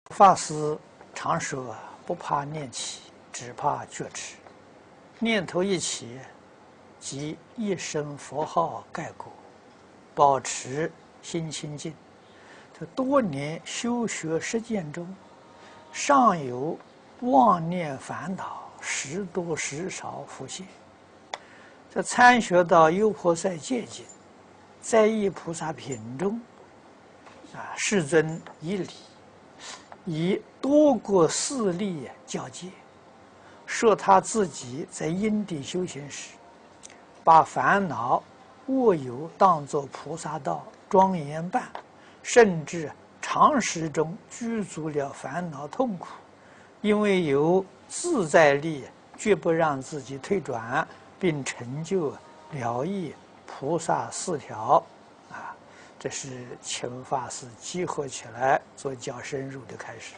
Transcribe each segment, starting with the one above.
法师常说啊，不怕念起，只怕觉迟。念头一起，即一声佛号盖过，保持心清净。这多年修学实践中，尚有妄念烦恼时多时少浮现。这参学到优婆塞戒经，在意菩萨品中，世尊以多过4例教诫，说他自己在因地修行时，把烦恼握有当作菩萨道庄严办，甚至常识中具足了烦恼痛苦，因为有自在力，绝不让自己退转，并成就了义菩萨4条。这是请法师集合起来做较深入的开始。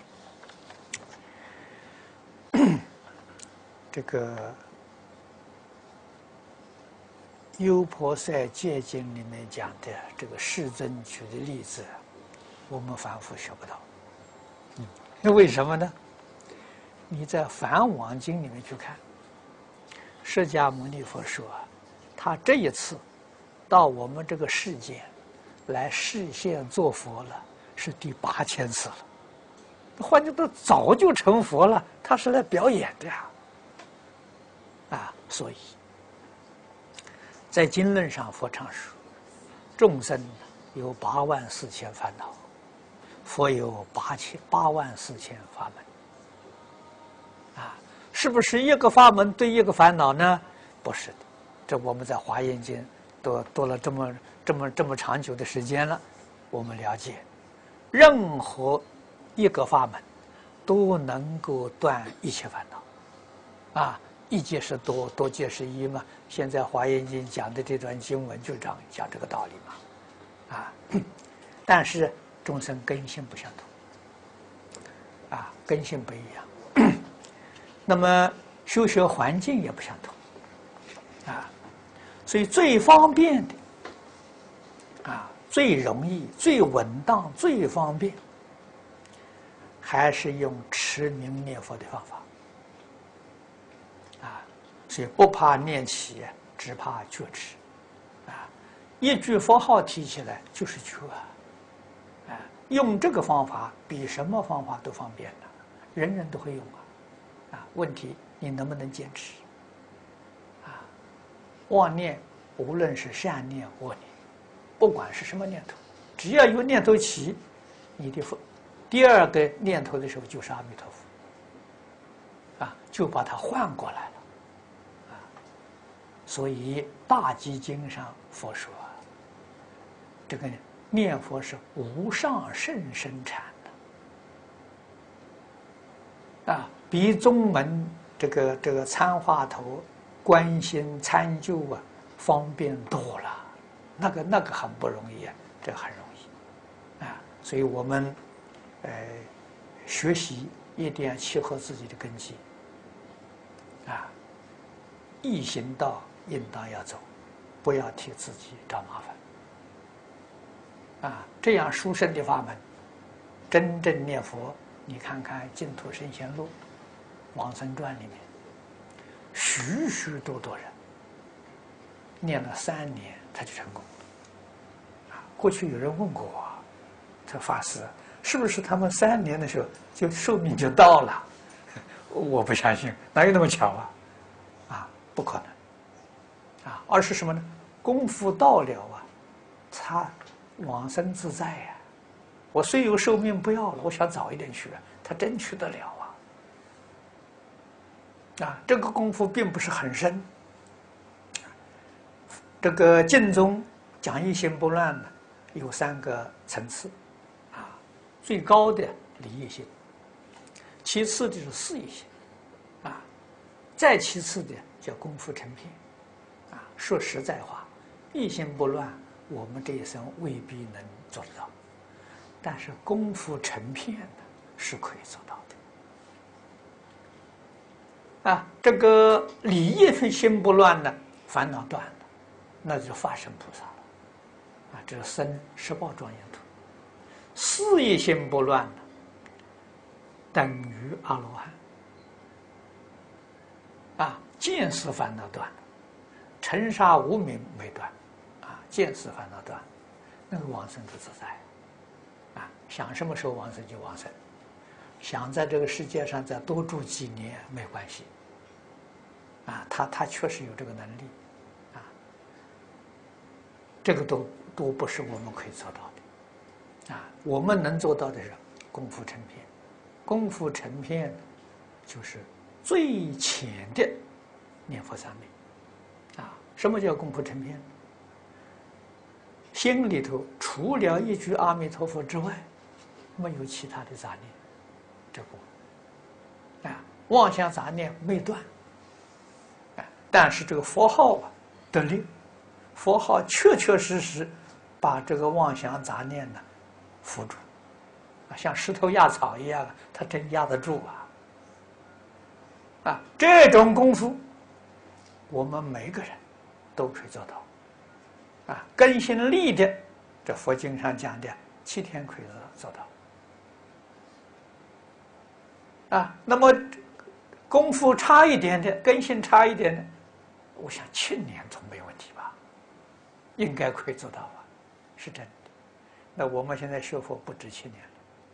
这个优婆塞戒经里面讲的这个世尊举的例子，我们反复学不到。那为什么呢？你在梵网经里面去看，释迦牟尼佛说，他这一次到我们这个世间来示现做佛了，是第8000次了。换句话说，早就成佛了，他是来表演的呀。所以在经论上，佛常说，众生有84000烦恼，佛有84000法门。是不是一个法门对一个烦恼呢？不是的。这我们在华严经多了这么长久的时间了，我们了解，任何一个法门都能够断一切烦恼。一界是多，多界是一嘛。现在华严经讲的这段经文就讲这个道理嘛。但是众生根性不相同，根性不一样。那么修学环境也不相同，所以最方便的，最容易、最稳当、最方便，还是用持名念佛的方法。所以不怕念起，只怕觉迟。一句佛号提起来就是觉用这个方法比什么方法都方便了，人人都会用问题你能不能坚持？妄念无论是善念恶念，不管是什么念头，只要有念头起，你的第二个念头的时候就是阿弥陀佛，就把它换过来了。所以大集经上佛说，这个念佛是无上甚深禅的，比宗门这个参话头、观心、参究方便多了。那个很不容易，这很容易所以我们学习一定要契合自己的根基易行道应当要走，不要替自己找麻烦这样殊胜的法门，真正念佛，你看看《净土圣贤录》《往生传》里面，许许多多人念了3年他就成功过去有人问过我，这法师是不是他们3年的时候就寿命就到了？我不相信，哪有那么巧不可能而是什么呢？功夫到了他往生自在我虽有寿命不要了，我想早一点去他真去得了这个功夫并不是很深。这个净宗讲一心不乱呢，有3个层次最高的理一心，其次的是事一心再其次的叫功夫成片说实在话，一心不乱我们这一生未必能做得到，但是功夫成片是可以做到的这个理一心不乱呢，烦恼断了，那就是法身菩萨了这是生十报庄严土。事一心不乱呢， 等于阿罗汉。见思烦恼断了，尘沙无明没断，见思烦恼断了，那个往生就自在。想什么时候往生就往生，想在这个世界上再多住几年没关系。他确实有这个能力，这个都不是我们可以做到的。我们能做到的是功夫成片，功夫成片就是最浅的念佛三昧。什么叫功夫成片？心里头除了一句阿弥陀佛之外，没有其他的杂念，这个妄想杂念没断。但是这个佛号得力，佛号确确实实把这个妄想杂念呢扶住，像石头压草一样，它真压得住这种功夫，我们每个人都可以做到。根性利的，这佛经上讲的7天可以做到。那么功夫差一点的，根性差一点的，我想7年总没问题吧？应该可以做到吧？是真的。那我们现在学佛不止7年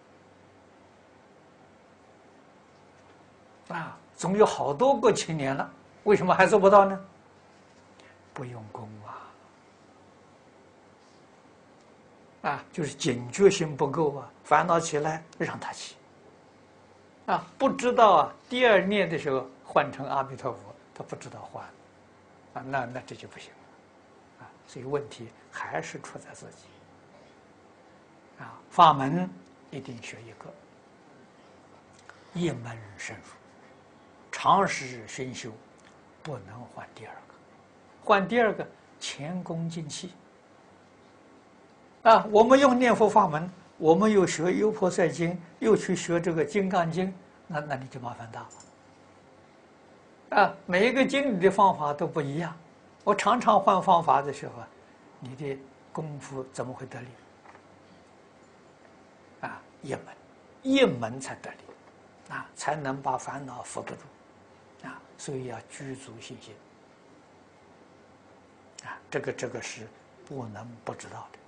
了，总有好多个7年了，为什么还做不到呢？不用功就是警觉性不够烦恼起来让它起不知道第2念的时候换成阿弥陀佛，他不知道换那这就不行了所以问题还是出在自己法门一定学一个，一门深入，长时熏修，不能换第2个，换第2个前功尽弃我们用念佛法门，我们又学《优婆塞经》，又去学这个《金刚经》，那你就麻烦大了每一个经里的方法都不一样，我常常换方法的时候你的功夫怎么会得力一门才得力才能把烦恼扶得住所以要具足信心这个是不能不知道的。